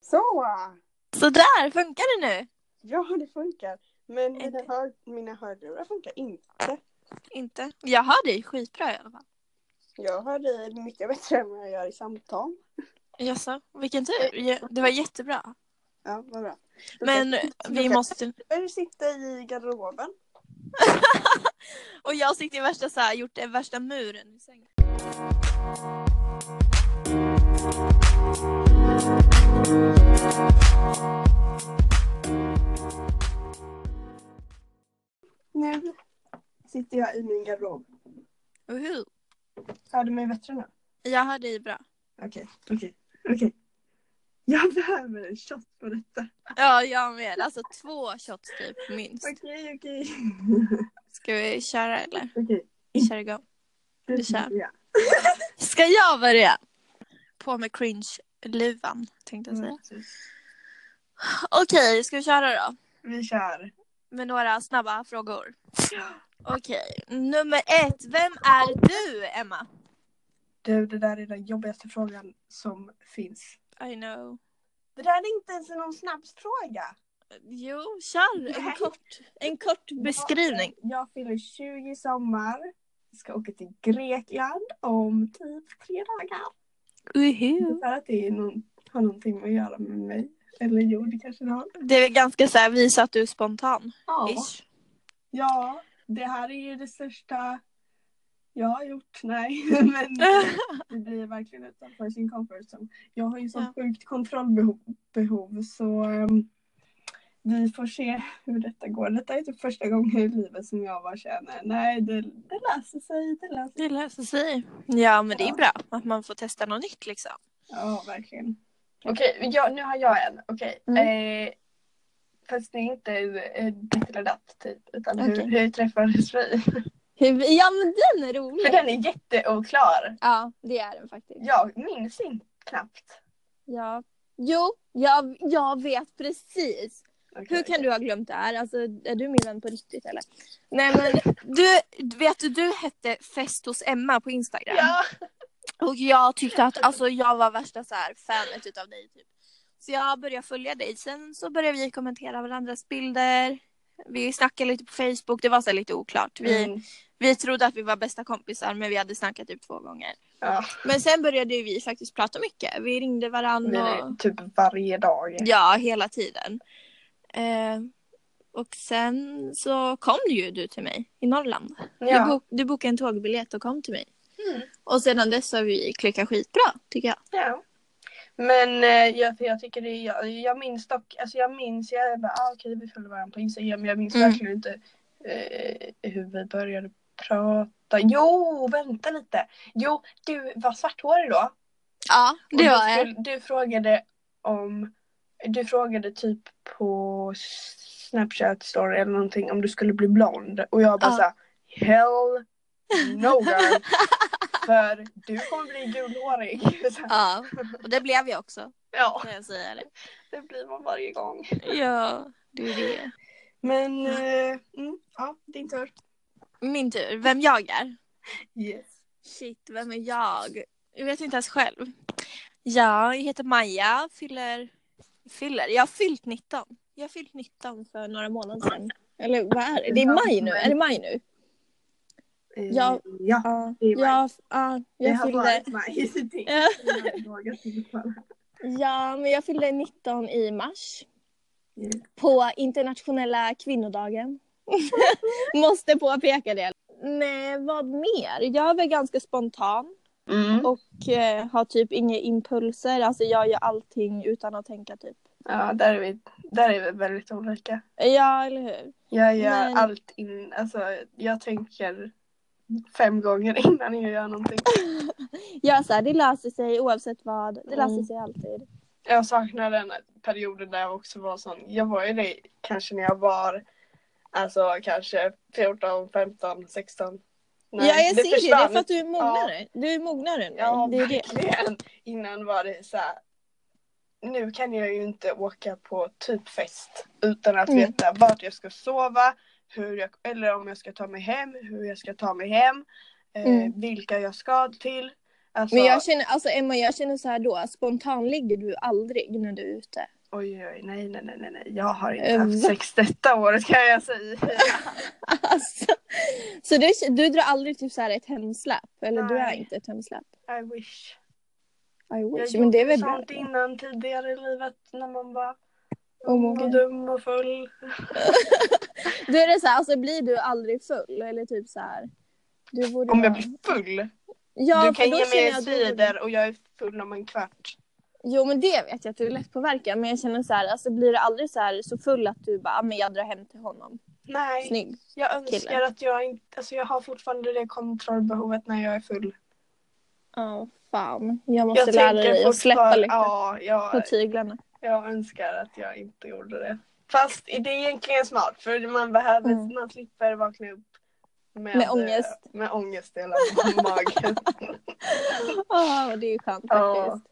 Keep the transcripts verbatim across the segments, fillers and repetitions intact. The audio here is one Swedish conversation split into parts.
Så! Så där, funkar det nu? Ja, det funkar. Men mina, hör, mina hörlurar funkar inte. Inte? Jag hör dig skitbra i alla fall. Jag hör dig mycket bättre än vad jag gör i samtal. Jaså, vilken tur. Det var jättebra. Ja, vad bra. Då Men kan, vi kan måste... du sitta i garderoben. Och jag sitter i värsta så här, gjort det värsta muren i sängen. Nu sitter jag i min garderob. Uhu. Hör du mig bättre nu? Jag hör dig bra. Okej, okej, okej. Jag behöver en shot på detta. Ja, jag med. Alltså två shots typ, minst. Okej, okej. Ska vi köra eller? Okej. Kör igång. Du kör. Ja. Ska jag börja? På med cringe-luvan, tänkte jag säga. Mm. Okej, ska vi köra då? Vi kör. Med några snabba frågor. Ja. Okej, nummer ett. Vem är du, Emma? Du, det där är den jobbigaste frågan som finns. I know. Det där är inte ens någon snabbsfråga. Jo, kör en kort, en kort beskrivning. Jag, jag fyller tjugo i sommar. Jag ska åka till Grekland om typ tre dagar. Uhu. För att det är någon, har någonting att göra med mig. Eller jo, det kanske det har. Det är ganska så här, visa att du är spontan. Ja. Ish. Ja, det här är ju det största jag har gjort. Nej, men det blir verkligen utanför sin comfort zone. Jag har ju sånt Ja. sjukt kontrollbehov behov, så um, vi får se hur detta går. Detta är typ första gången i livet som jag bara känner, nej, det, det löser sig, det löser sig. Det löser sig. Ja, men det är Ja. bra att man får testa något nytt liksom. Ja, verkligen. Okej, okay, nu har jag en. Okej. Okay. Mm. Eh, fast det är inte eh, ditt eller datt typ, utan Okay. hur, hur träffades vi? Ja, men den är rolig. För den är jätteoklar. Ja, det är den faktiskt. Jag minns inte knappt. Ja. Jo, jag, jag vet precis. Okay, Hur kan okay. du ha glömt det här? Alltså, är du min vän på riktigt eller? Nej, men du, vet du, du hette Fest hos Emma på Instagram. Ja. Och jag tyckte att alltså, jag var värsta så här fanet utav dig typ. Så jag började följa dig. Sen så började vi kommentera varandras bilder. Vi snackade lite på Facebook. Det var så lite oklart. Vi, mm. vi trodde att vi var bästa kompisar, men vi hade snackat typ två gånger. Ja. Men sen började vi faktiskt prata mycket. Vi ringde varandra. Och... Typ varje dag. Ja, hela tiden. Eh, och sen så kom du ju du till mig i Norrland. Ja. Du, bok, du bokade en tågbiljett och kom till mig. Mm. Och sedan dess har vi klickat skitbra, tycker jag. Ja. Men eh, jag, jag tycker det, jag, jag minns dock, alltså jag minns, jag bara, ah, okej, vi följde varandra på Instagram, men jag minns mm. verkligen inte eh, hur vi började prata. Jo, vänta lite. Jo, du var svarthårig då. Ja, det och var jag. Skulle, du frågade om, du frågade typ på Snapchat story eller någonting om du skulle bli blond. Och jag bara ja. så hell no girl. För du kommer bli gulhårig. Ja, och det blev jag också. Ja, kan jag säga det. Det blir man varje gång. Ja, det är det. Men, eh, mm, ja, din tur. Min tur, vem jag är? Yes. Shit, vem är jag? Jag vet inte ens själv. Ja, jag heter Maja, fyller... fyller. Jag har fyllt nitton. Jag har fyllt nitton för några månader sedan. Eller vad är det? Det är maj nu, är det maj nu? Jag, ja, ja, det är maj. Jag, ja, jag det fyllde... har varit maj. Ja, men jag fyllde nitton i mars. Mm. På internationella kvinnodagen. Måste påpeka det. Nej, vad mer? Jag är väl ganska spontan. Mm. Och eh, har typ inga impulser. Alltså jag gör allting utan att tänka typ. Ja, där är vi, där är vi väldigt olika. Ja, eller hur? Jag gör Men... allt in, alltså jag tänker fem gånger innan jag gör någonting. Ja, så här, det löser sig oavsett vad. Det löser mm. sig alltid. Jag saknar den perioden där jag också var sån. Jag var ju det kanske när jag var alltså kanske fjorton, femton, sexton. Nej, ja, jag det ser det. Det är för att du är mognare. Ja. Du är mognare än mig. Ja, det är verkligen. Det. Innan var det så här. Nu kan jag ju inte åka på typ fest utan att mm. veta vart jag ska sova, hur jag, eller om jag ska ta mig hem, hur jag ska ta mig hem, mm. eh, vilka jag ska till. Alltså, Men jag känner, alltså Emma, jag känner så här då, spontan ligger du aldrig när du är ute. oj, oj, nej, nej, nej, nej. Jag har inte Eh, haft va? sex detta året kan jag säga. Alltså, så du, du drar aldrig typ så här ett hemsläpp? Eller du är Nej. inte ett hemsläpp? I wish. I Jag wish, men det är gjorde väl bra. sånt innan tidigare i livet när man var Oh my ung och God. dum och full. Då är det så här, alltså blir du aldrig full? Eller typ så här. Du borde Om jag vara... blir full? Ja, du för kan då ge känner mig jag en att du borde- cider och jag är full om en kvart. Jo, men det vet jag att du är lätt påverkad. Men jag känner så här, alltså blir du aldrig så här så full att du bara, ah, men jag drar hem till honom. Nej, Snygg. jag önskar kille. att jag inte, alltså jag har fortfarande det kontrollbehovet när jag är full. Ja, oh, fan. Jag måste Jag lära tänker dig att släppa fortfar- lite Ja, på jag, tyglarna. jag önskar att jag inte gjorde det. Fast det är egentligen smart för man behöver, Mm. man slipper vakna upp med, Med ångest. eh, med ångest i hela magen. Ja, det är ju skönt Ja. faktiskt.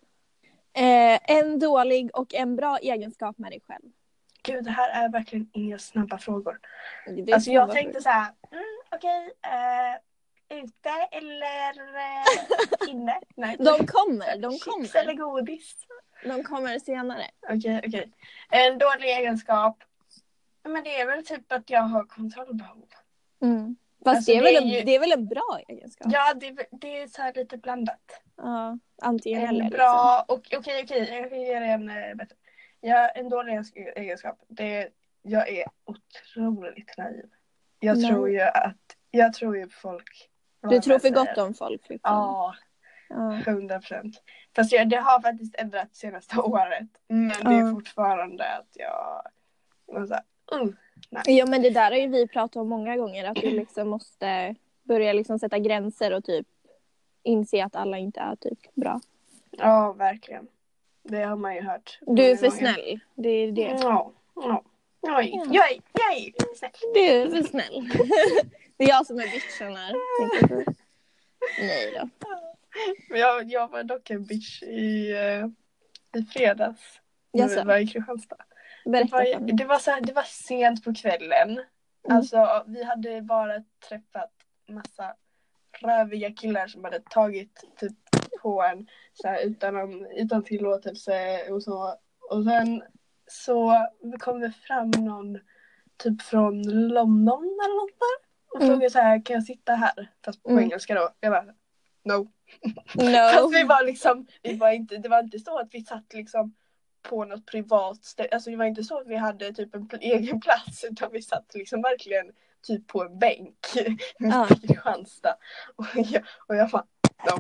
Eh, en dålig och en bra egenskap med dig själv. Gud, det här är verkligen inga snabba frågor. Det är Alltså jag snabba tänkte så här, mm, okej, eh, ute eller eh, inne? Nej. De kommer, de Chips eller kommer. godis? De kommer senare. Okej, okej. En dålig egenskap. Men det är väl typ att jag har kontrollbehov. Mm. Fast Alltså, det, är det väl är en, ju- det är väl en bra egenskap? Ja, det, det är så här lite blandat. Ja, antingen eller. En Liksom. bra, och okej, okej, jag kan ge dig en eh, bättre. Jag, en dålig egenskap, det är, jag är otroligt naiv. Jag Nej. tror ju att, jag tror ju på folk. Du tror för gott om folk. Liksom. Ja, Ja. hundra procent. Fast jag, det har faktiskt ändrats senaste året. Men det är Ja. fortfarande att jag, jag så här, uh, nej. Ja, men det där har ju vi pratat om många gånger. Att du liksom måste börja liksom sätta gränser och typ inse att alla inte är typ bra. Ja, verkligen. Det har man ju hört. Du är många för gånger. snäll. Det är det. Ja, ja. Jag är, Ja. jag är, jag är snäll. Du är för snäll. Det är jag som är bitchen här. tänker du. Nej då. Men Jag, jag var dock en bitch i, eh, i fredags. När Jaså? vi var i Kristianstad. Det Berätta för var, mig. det, var så här, det var sent på kvällen. Mm. Alltså vi hade bara träffat massa röviga killar som hade tagit typ på en så här, utan, utan tillåtelse och så. Och sen så kom det fram någon typ från London eller något där. Och Mm. frågade så här, kan jag sitta här? Fast på Mm. engelska då. Jag bara, no. No. Fast vi var liksom, vi var inte, det var inte så att vi satt liksom på något privat ställe. Alltså det var inte så att vi hade typ en pl- egen plats. Utan vi satt liksom verkligen typ på en bänk. Ja. Mitt i Kristianstad. Och jag, och jag bara, no.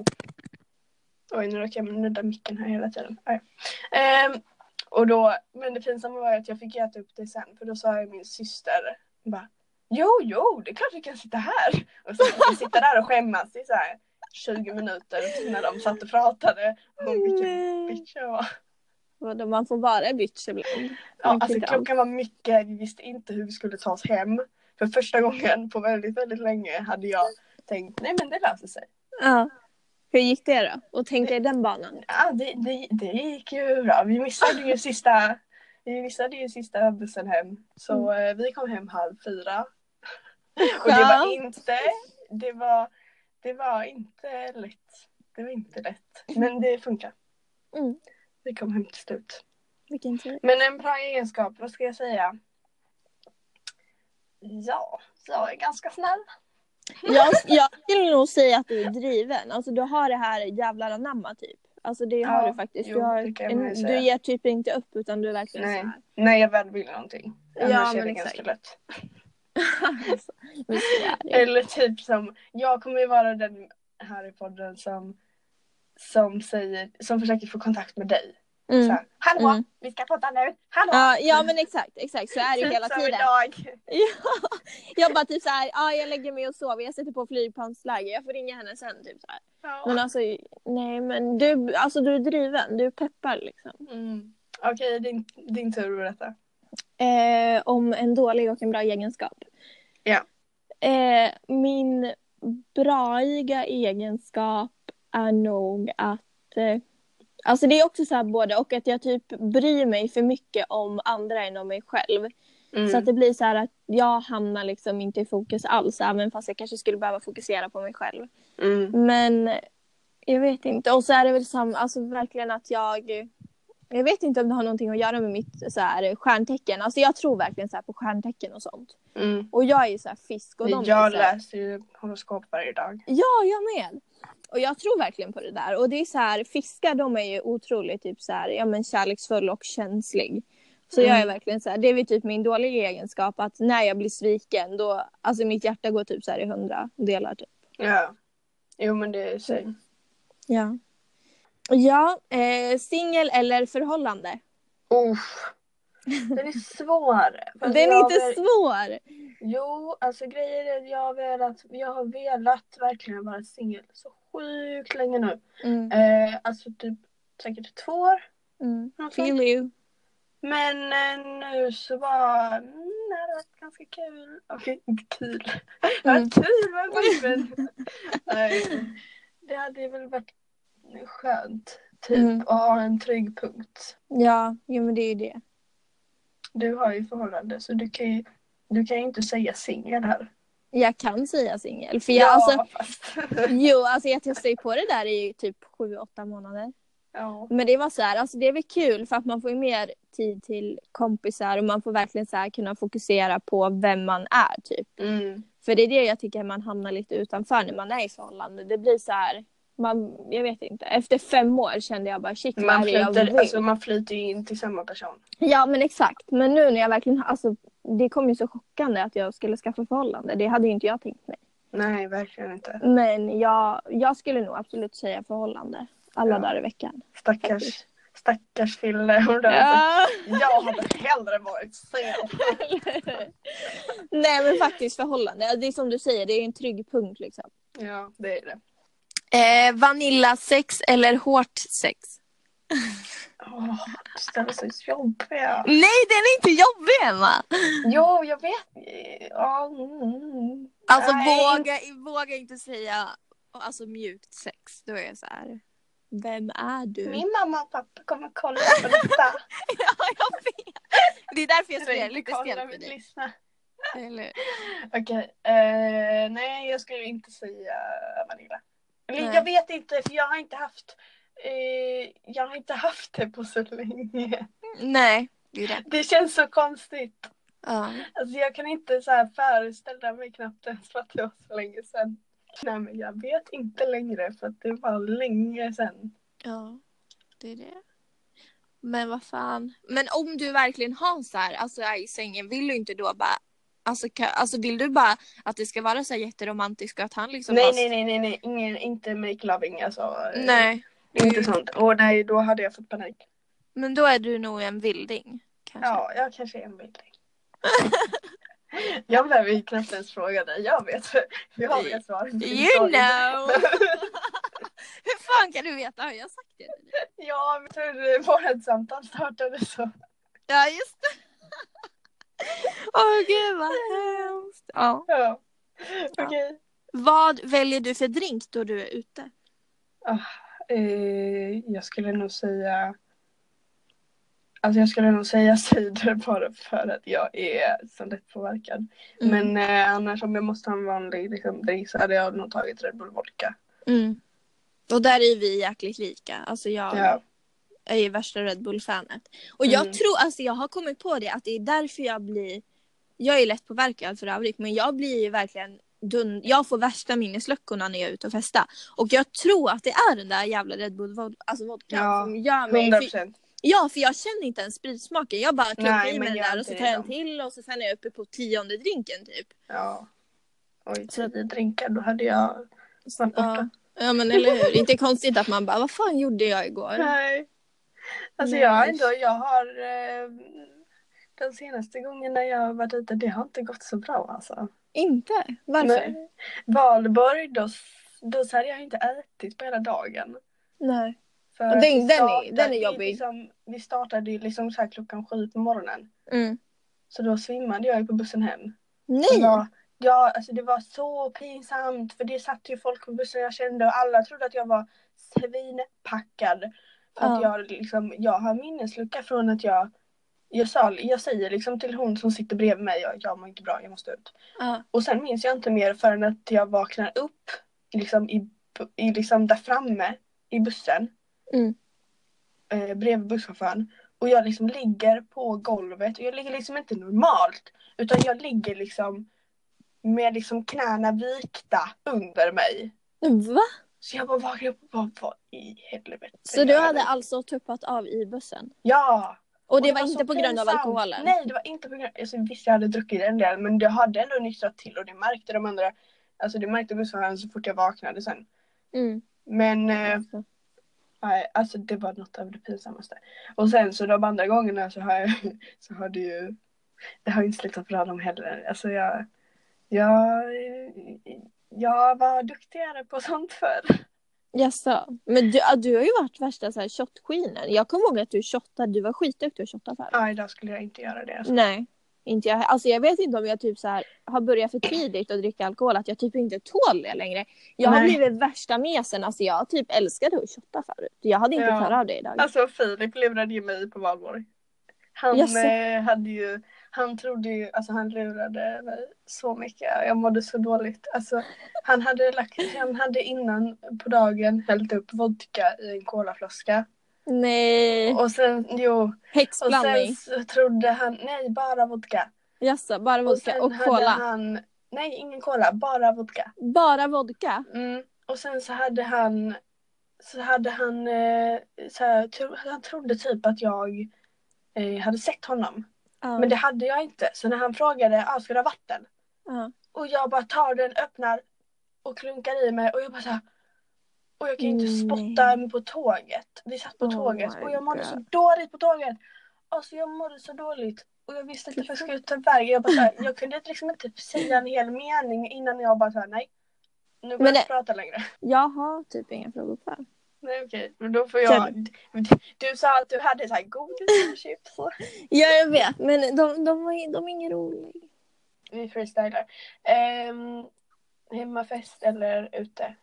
Oj, nu råkar jag nudda micken här hela tiden. Ah, ja. Ehm, och då, men det pinsamma var att jag fick äta upp det sen. För då sa jag min syster bara, jo, jo, det är klart vi kan sitta här. Och så fick jag sitta där och skämmas i så här tjugo minuter när de satt och pratade om vilken Nej. bitch jag var. Vadå, man får vara bitch ibland. Ja, Man alltså tycker klockan var mycket, vi visste inte hur vi skulle ta oss hem. För första gången på väldigt, väldigt länge hade jag tänkt, nej men det löser sig. Ja. Hur gick det då? Och tänkte i den banan? Ja, det, det, det gick ju bra. Vi missade ju sista, vi missade ju sista bussen hem. Så Mm. eh, vi kom hem halv fyra. Och det var inte, det var, det var inte lätt. Det var inte lätt. Men det funkar. Mm. Vi kom hem till slut. Vilken tur. Men en bra egenskap, vad ska jag säga? Ja, jag är ganska snäll. Jag, jag skulle nog säga att du är driven. Alltså du har det här jävlar anamma typ. Alltså det har Ja, du faktiskt. jo, Du, har det kan man ju en, säga. du ger typ inte upp utan du är verkligen Nej. så här. När jag väl vill någonting. Ja, Annars är men det exakt. ganska lätt. Alltså, men så är det. Eller typ som, jag kommer ju vara den här i podden som, som säger, som försöker få kontakt med dig. Mm. Så här, hallå, Mm. vi ska podda nu, hallå! Ja, ja men exakt, exakt. Så är det Typ hela som tiden. idag. Ja, jag bara typ så här, ja jag lägger mig och sover, jag sätter på flygplansläge, jag får ringa henne sen typ så här. Ja. Men alltså, nej men du, alltså du är driven, du peppar liksom. Mm. Okej, din, din tur att berätta. Eh, om en dålig och en bra egenskap. Ja. Eh, min braiga egenskap är nog att eh, alltså det är också så här både och att jag typ bryr mig för mycket om andra än om mig själv. Mm. Så att det blir så här att jag hamnar liksom inte i fokus alls, även fast jag kanske skulle behöva fokusera på mig själv. Mm. Men Jag vet inte. Och så är det väl samma, alltså verkligen att jag... Jag vet inte om det har någonting att göra med mitt så här, stjärntecken. Alltså jag tror verkligen så här på stjärntecken och sånt. Mm. Och jag är ju så här fisk och de Jag är så här... läser ju horoskop varje dag. Ja, jag med. Och jag tror verkligen på det där. Och det är så här, fiskar de är ju otroligt typ så här, ja men kärleksfull och känslig. Så Mm. jag är verkligen så här, det är väl typ min dåliga egenskap att när jag blir sviken då, alltså mitt hjärta går typ så här i hundra delar typ. Ja. Jo men det är så. Ja. Ja, eh, singel eller förhållande? Uff. Den är svår. Den är jag inte vill... svår. Jo, alltså grejer är att jag har velat, jag har velat verkligen vara singel så sjukt länge nu. Mm. Eh, alltså typ säkert två år. Mm. Något Feel sånt. you. Men eh, nu så var mm, det hade varit ganska kul. Okej, inte kul. Det hade Mm. varit kul med en pojkvän. Nej, det hade väl varit skönt. Typ Mm. att ha en trygg punkt. Ja, jo, men det är ju det. Du har ju förhållande så du kan ju, du kan ju inte säga singel här. Jag kan säga singel. För jag, alltså, fast. jo, alltså jag testade på det där i typ sju, åtta månader. Ja. Men det var så här, alltså det är väl kul för att man får ju mer tid till kompisar och man får verkligen så här kunna fokusera på vem man är typ. Mm. För det är det jag tycker man hamnar lite utanför när man är i förhållande. Det blir så här, man, jag vet inte. Efter fem år kände jag bara shit, vad Man är det jag flyter, vill? alltså man flyter ju in till samma person. Ja, men exakt. Men nu när jag verkligen, alltså det kom ju så chockande att jag skulle skaffa förhållande. Det hade ju inte jag tänkt mig. Nej, verkligen inte. Men jag, jag skulle nog absolut säga förhållande. Alla Ja. dagar i veckan. Stackars, stackars Fille. Hon där. Ja. Jag hade hellre varit sen. Nej, men faktiskt förhållande. Det är som du säger, det är en trygg punkt liksom. Ja, det är det. Eh, vanillasex eller hårt sex? Åh, det ställer sig så jobbiga. Nej, den är inte jobbig, Emma. Jo, jag vet. Ja, mm. Alltså Nej. våga, våga inte säga alltså mjukt sex. Då är jag så här. Vem är du? Min mamma och pappa kommer kolla på detta. Ja, jag vet. Det är därför jag spelar lite Kolla, stelt för vill dig. lyssna. Eller... Okej, eh, nej jag skulle inte säga vanilla. Eller Nej. jag vet inte för jag har inte haft eh, jag har inte haft det på så länge. Nej, det är det. Det känns så konstigt. Ja. Alltså jag kan inte så här föreställa mig knappt ens för att det var så länge sedan. Nej men jag vet inte längre för att det var länge sedan. Ja, det är det. Men vad fan. Men om du verkligen har så här, alltså är i sängen, vill du inte då bara, alltså, ka, alltså vill du bara att det ska vara så här jätteromantiskt och att han liksom Nej fast... nej nej nej nej ingen inte make loving alltså. eh, Nej. Inte sånt. Och nej då hade jag fått panik. Men då är du nog en vilding. Kanske. Ja, jag kanske är en vilding. Jag behöver ju knappt ens fråga dig. Jag vet. Jag vet svaret. You know. Hur fan kan du veta? Har jag sagt det? Ja, men hur vårt samtal startade så. Ja, just det. Åh oh, gud vad hemskt. Ja. Ja. Okej. Okay. Vad väljer du för drink då du är ute? Ah, eh, jag skulle nog säga... Alltså jag skulle nog säga cider bara för att jag är så lätt påverkad. Mm. Men eh, annars om jag måste ha en vanlig liksom, drink så hade jag nog tagit Red Bull Vodka. Mm. Och där är vi jäkligt lika. Alltså jag ja. är ju värsta Red Bull-fanet. Och jag mm. tror, alltså jag har kommit på det att det är därför jag blir... Jag är lätt påverkad för övrigt, men jag blir ju verkligen... Dun... Jag får värsta minnesluckorna när jag är ute och festa. Och jag tror att det är den där jävla Red Bull vod... alltså vodka ja, som gör mig... hundra procent. Ja, för jag känner inte ens spritsmaken. Jag bara klunkar i mig den där och så tar jag en dem. till och så sen är jag uppe på tionde drinken typ. Ja. Oj, tio drinkar, då hade jag varit borta. Ja, men eller hur? Inte konstigt att man bara, vad fan gjorde jag igår? Nej. Alltså Nej. jag har ändå, jag har eh, den senaste gången när jag har varit ute, det har inte gått så bra alltså. Inte? Varför? Nej. Valborg, då, då så hade jag inte ätit på hela dagen. Nej. För den, den, startade, är, den är jobbig. Liksom, vi startade ju liksom så här klockan sju på morgonen. Mm. Så då svimmade jag ju på bussen hem. Nej. Det var, ja, alltså det var så pinsamt. För det satt ju folk på bussen jag kände. Och alla trodde att jag var svinpackad. För ja. att jag, liksom, jag har minneslucka från att jag... Jag, sa, jag säger liksom till hon som sitter bredvid mig. Jag, jag mår inte bra, jag måste ut. Ja. Och sen minns jag inte mer förrän att jag vaknar upp. Liksom i på, i liksom där framme i bussen. Mm. Eh, bredvid busschauffören. Och jag liksom ligger på golvet. Och jag ligger liksom inte normalt. Utan jag ligger liksom med liksom knäna vikta under mig. Va? Så jag bara vaknade upp och bara, vad i helvete. Så du hade alltså tuppat av i bussen? Ja. Och det, Och var, det var inte på grund av pinsamt. alkoholen? Nej, det var inte på grund av... Alltså, visst, jag hade druckit en del. Men det hade ändå nyktrat till. Och det märkte de andra. Alltså det märkte busschauffören så fort jag vaknade sen. Mm. Men... Eh, Alltså. nej, alltså det var något av det pinsammaste. Och sen så de andra gångerna så har jag... Så har det ju... Det har inte slutat bra dem heller. Alltså jag... Jag... Jag var duktigare på sånt förr. Jaså. Men du, du har ju varit värsta så här shotskinen. Jag kommer ihåg att du shottade. Du var skitduktig att shotta för. Ja, idag skulle jag inte göra det. Alltså. Nej. Inte jag. Alltså jag vet inte om jag typ så här har börjat för tidigt att dricka alkohol. Att jag typ inte tål det längre. Jag har Nej. blivit värsta mesen. Alltså jag typ älskade att shotta förut. Jag hade inte Ja. klarat av det idag. Alltså Filip lurade ju mig på valborg. Han Jaså. eh, hade ju, han trodde ju, alltså han lurade mig så mycket. Jag mådde så dåligt. Alltså han hade lagt, han hade innan på dagen hällt upp vodka i en colaflaska. Nej. Och sen, jo. Och Häxblandning. sen så trodde han, nej bara vodka. Jaså, bara Och vodka sen och, hade cola. han, nej ingen cola, bara vodka. Bara vodka? Mm. Och sen så hade han, så hade han, eh, så här, tro, han trodde typ att jag eh, hade sett honom. Ja. Men det hade jag inte. Så när han frågade, ah, ska du ha vatten? Ja. Och jag bara tar den, öppnar och klunkar i mig. Och jag bara så här, och jag kan inte Nej. spotta mig på tåget. Vi satt på Oh tåget my och jag mådde God. så dåligt på tåget. Alltså jag mådde så dåligt. Och jag visste inte vad jag skulle ta vägen. Jag, bara så här, jag kunde liksom inte säga en hel mening innan jag bara så här, nej. Nu Men börjar jag det- inte prata längre. Jag har typ inga frågor kvar. Nej okej, men då får jag... Du sa att du hade så här godis och chips. Ja, jag vet. Men de, de, var, de är inga roliga. Vi freestylar. Um, hemmafest eller ute?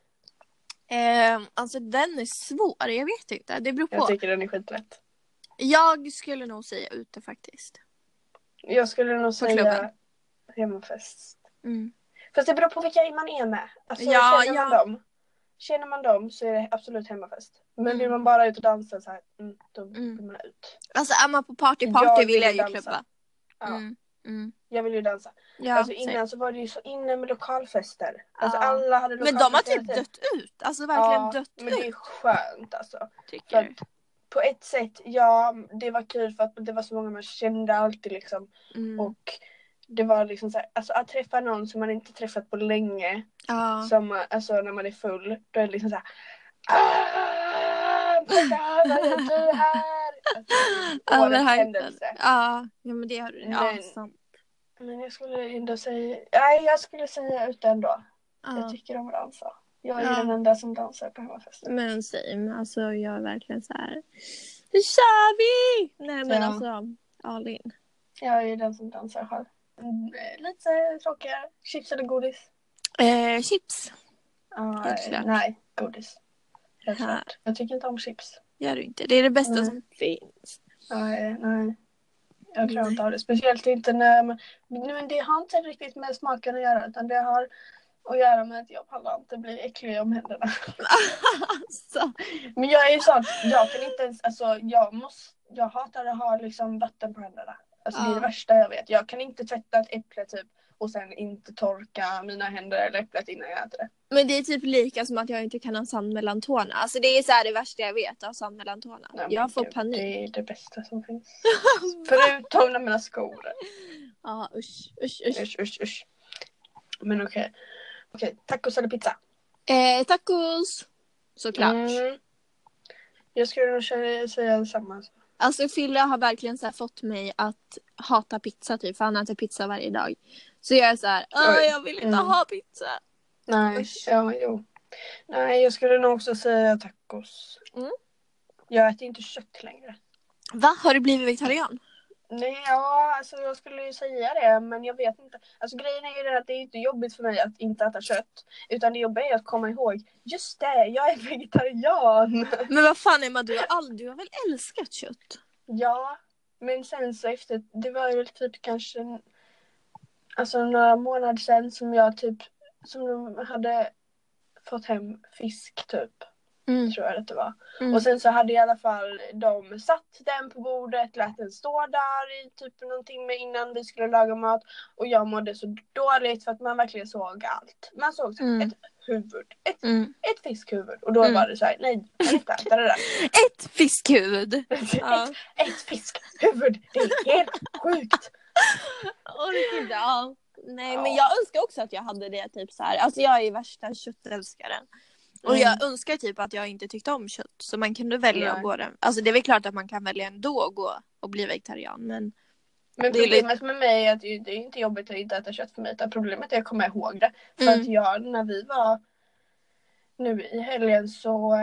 Eh, alltså den är svår, jag vet inte. Det beror på. Jag tycker den är skitlätt. Jag skulle nog säga ute faktiskt. Jag skulle nog säga klubben. hemmafest. Mm. Fast det beror på vilka man är med. Alltså Ja, känner man ja. dem. Känner man dem så är det absolut hemmafest. Men Mm. vill man bara ut och dansa så här, mm, då Mm. vill man ut. Alltså är man på party party Jag vill vill jag ju dansa. klubba. Ja, Mm. Mm. jag vill ju dansa. Ja, alltså same. innan så var det ju så inne med lokalfester. Alltså Ja. alla hade Men lokalfester. de har typ hela tiden. dött ut. Alltså verkligen Ja, dött men det är ut. skönt alltså. Tycker För du? att på ett sätt, ja, det var kul för att det var så många man kände alltid liksom. Mm. Och det var liksom så här, alltså att träffa någon som man inte träffat på länge. Ja. Som, alltså när man är full, då är det liksom så här. Ah, Pekka, vad gör du här? Alltså, Ja, årets men här- händelse. Ja, ja, men det har du. Ja, Men- sant. Men jag skulle ändå säga, nej jag skulle säga ute ändå. Jag Ja. tycker om att dansa. Jag är Ja. den enda som dansar på hemmafesten. Men same, alltså jag är verkligen så här. Nu kör vi! Nej men Ja. alltså, all in. Jag är den som dansar själv. Mm, lite tråkigare. Chips eller godis? Eh, chips. Ah, Helt klart. nej, godis. Helt Här. klart. Jag tycker inte om chips. Gör du inte. Det är det bästa Nej. som finns. Nej, nej. Jag klarar Nej. inte av det. Speciellt inte när man... Men det har inte riktigt med smaken att göra. Utan det har att göra med att jag pallar inte bli äcklig om händerna. Alltså. Men jag är sån. Jag kan inte ens... Alltså jag måste... Jag hatar att ha liksom vatten på händerna. Alltså det är Ja. det värsta jag vet. Jag kan inte tvätta ett äpple typ. Och sen inte torka mina händer eller äpplet innan jag äter det. Men det är typ lika som att jag inte kan ha sand mellan tårna. Alltså det är så här det värsta jag vet, att ha sand mellan tårna. Nej, men jag får gud, panik. Det är det bästa som finns. Förutom när mina skor. Ja, usch, usch, usch. Usch, usch, usch. Men okej. Okej, tacos eller pizza? Eh, tacos. Såklart. Mm. Jag skulle nog säga säga samma. Alltså Fille har verkligen så här fått mig att hata pizza typ. För han äter pizza varje dag. Så jag är så här, "Åh, Oj. jag vill inte Mm. ha pizza. Nej, Usch. ja, jo. Nej, jag skulle nog också säga tacos. Mm. Jag äter inte kött längre. Va? Har du blivit vegetarian? Nej, ja, alltså jag skulle ju säga det, men jag vet inte. Alltså grejen är ju den att det är inte jobbigt för mig att inte äta kött. Utan det jobbiga är att komma ihåg, just det, jag är vegetarian. Men vad fan Emma, du har, all, du har väl älskat kött? Ja, men sen så efter, det var ju väl typ kanske, alltså några månader sedan som jag typ, som de hade fått hem fisk typ. Mm. Tror jag att det var. Mm. Och sen så hade i alla fall de satt den på bordet, lät den stå där i typ någon timme innan vi skulle laga mat. Och jag mådde så dåligt för att man verkligen såg allt. Man såg så Mm. ett huvud, ett, Mm. ett fiskhuvud. Och då Mm. var det så här, nej, jag kan inte äta det där. Ett fiskhuvud. Ja. ett, ett fiskhuvud, det är helt sjukt. Orkar inte, ja. Nej, Ja. men jag önskar också att jag hade det typ så här. Alltså jag är ju värsta köttälskaren. Och Mm. jag önskar typ att jag inte tyckte om kött. Så man kunde välja Nej. att gå den. Alltså det är väl klart att man kan välja ändå att gå och bli vegetarian. Men Men det är problemet med mig är att det är inte jobbigt att inte äta kött för mig. Utan problemet är att jag kommer ihåg det. För Mm. att jag, när vi var nu i helgen så...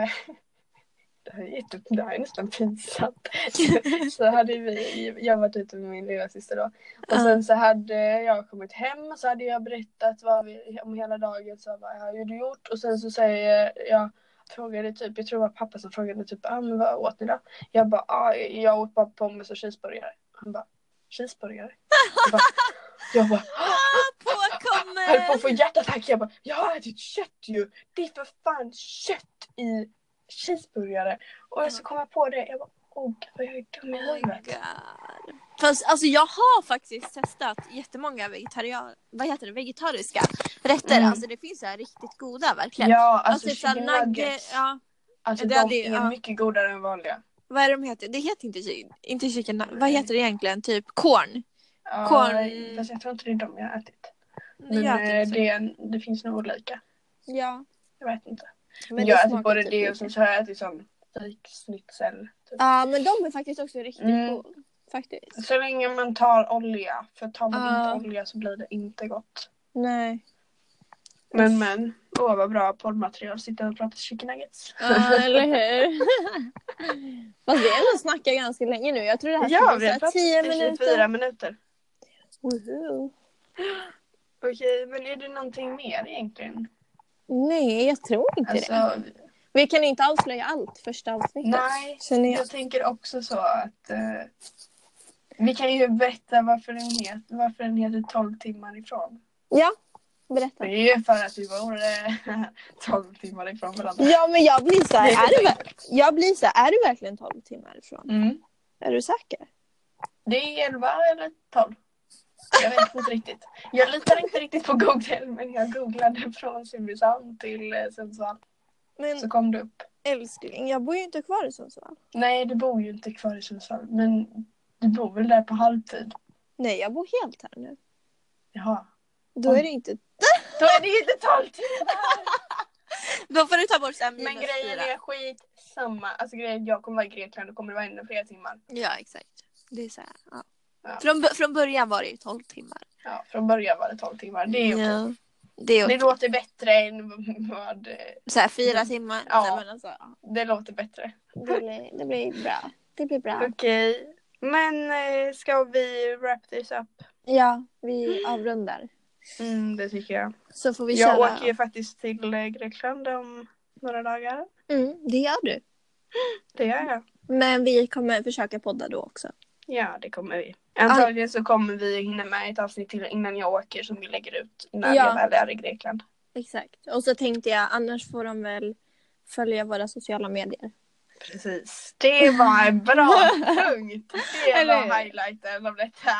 Det här är, jätte, det här är nästan pinsamt. Så hade vi, jag varit ute med min lilla syster då. Och Uh. sen så hade jag kommit hem och så hade jag berättat vad vi, om hela dagen. Så vad jag hade gjort. Och sen så säger jag, frågade typ, jag tror det var pappa som frågade typ, ah, men vad åt ni då? Jag bara, ah, jag åt bara pommes och cheeseburgare. Han bara, cheeseburgare? Jag bara, jag bara påkommer! höll på att få hjärtattack. Jag bara, jag har ätit kött ju. Det är för fan kött i cheeseburgare. Och så kom jag på det. Jag bara, åh gud vad jag är dum i huvudet. Fast alltså jag har faktiskt testat jättemånga vegetarian, vad heter det, vegetariska rätter. Mm. Alltså det finns så här riktigt goda verkligen. Ja, alltså, alltså chicken nugget, nuggets. ja. Alltså det de hade- är ja. mycket godare än vanliga. Vad är de heter? Det heter inte chicken, inte chicken, vad heter det egentligen? Typ corn. Ja, Corn- fast jag tror inte det är de jag har ätit. Det Men gör eh, typ så. det, är- det finns nog olika. Ja. Jag vet inte. Men Men det jag har ätit smakar både typ det lika. och sen så har jag ätit sån fejksnitzel. Typ. Ja, men de är faktiskt också riktigt Mm. god. Faktiskt. Så länge man tar olja. För tar man Ja. inte olja så blir det inte gott. Nej. Men men, åh vad bra poddmaterial. Sitta och prata chicken nuggets. Ja, eller hur? Fast vi har ändå snackat ganska länge nu. Jag tror det här ska Ja, bli vi har så här pratat tio i minuter. tjugofyra minuter. Woho. Okej, men är det någonting mer egentligen? Nej, jag tror inte det. Alltså, Vi kan inte avslöja allt första avsnittet. nej, Känner jag. jag tänker också så att eh, vi kan ju berätta varför den, het, varför den heter tolv timmar ifrån. Ja, berätta. Det är ju för att vi bor eh, tolv timmar ifrån varandra. Ja, men jag blir så här, Det är är det, lite ver- jag blir så här, är det verkligen tolv timmar ifrån? Mm. Är du säker? Det är elva eller tolv. Jag vet inte riktigt. Jag litar inte riktigt på Google, men jag googlade från Simrishamn till eh, Sundsvall. Men Så kom det upp. älskling, jag bor ju inte kvar i Sundsvall. Nej, du bor ju inte kvar i Sundsvall, men du bor väl där på halvtid? Nej, jag bor helt här nu. Jaha. Då är det inte... Då är det ju inte tolv timmar! Då får du ta bort sen Men grejen är skit samma. Alltså grejen, jag kommer vara i Grekland och kommer det vara ännu fler timmar. Ja, exakt. Det är så här, ja. Ja. Från, från början var det ju tolv timmar. Ja, från början var det tolv timmar. Det är okej. Ja. Det är Det okej. låter bättre än vad... Så här fyra timmar. Ja. Nej, men alltså, ja. Det låter bättre. det, blir, det blir bra. Det blir bra. Okej. Men eh, ska vi wrap this up? Ja, vi avrundar. Mm, det tycker jag. Så får vi Jag köra. åker ju faktiskt till eh, Grekland om några dagar. Mm, det gör du. Det gör jag. Men vi kommer försöka podda då också. Ja, det kommer vi. Antagligen så kommer vi hinna med ett avsnitt till innan jag åker som vi lägger ut när Ja. jag väl är i Grekland. Exakt. Och så tänkte jag, annars får de väl följa våra sociala medier. Precis. Det var en bra punkt. Det Eller var hur? highlighten av detta.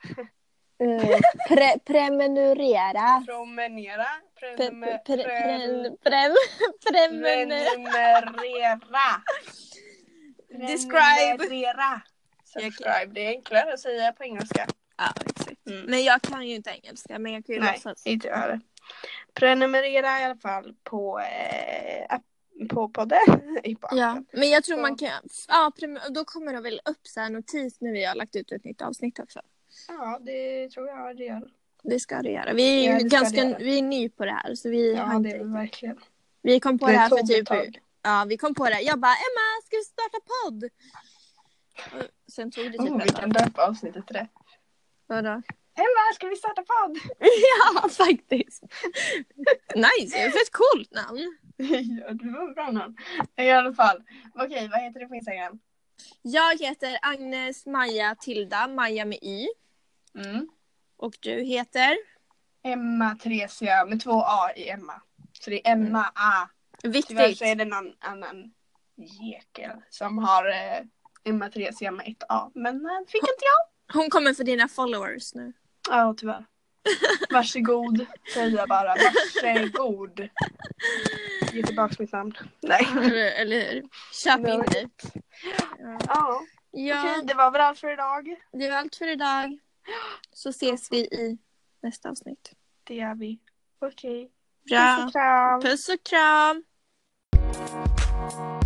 Uh, pre- prenumerera. Promenera. Pre- Prenumer- pre- pre- pre- pre- prenumerera. Prenumerera. Describe. Prenumerera. Subscribe. Det är enklare att säga på engelska. Ja, exakt. Mm. Men jag kan ju inte engelska, men jag kan ju Nej, låtsas. inte jag heller. Prenumerera i alla fall på, eh, app, på podden. I på Ja, appen. men jag tror Så. man kan... Ja, prem- då kommer det väl upp så här notis när vi har lagt ut ett nytt avsnitt också. Ja, det tror jag det gör. Det ska det göra. Vi är Ja, ju det ska ganska det göra. vi är ny på det här så vi har Ja, inte det är riktigt- verkligen. Vi kom på Det det, här för tog ett typ tag. Ja, vi kom på det. Jag bara Emma, ska vi starta podd? Och sen tog det typ Oh, vi ett kan tag. döpa avsnittet till det. Vadå? Emma, ska vi starta podd? Ja, faktiskt. Nice, det är ett coolt namn. Ja, det var bra namn. I alla fall. Okej, vad heter det på Instagram? Jag heter Agnes Maja Tilda, Maja med Y. Mm. Och du heter? Emma Theresia med två A i Emma. Så det är Emma A. Viktigt. Tyvärr så är det någon annan jäkel som har eh, Emma Theresia med ett A. Men eh, fick inte jag. Hon kommer för dina followers nu. Ja, tyvärr. Varsågod, säger jag bara. Varsågod. Ge tillbaka mitt namn. Nej. Eller, eller hur? Köp in dig. Ja. Ja. Okej, det var väl allt för idag. Det var allt för idag. Så ses vi i nästa avsnitt. Det gör vi. Okej. Bra. Puss och kram. Puss och kram.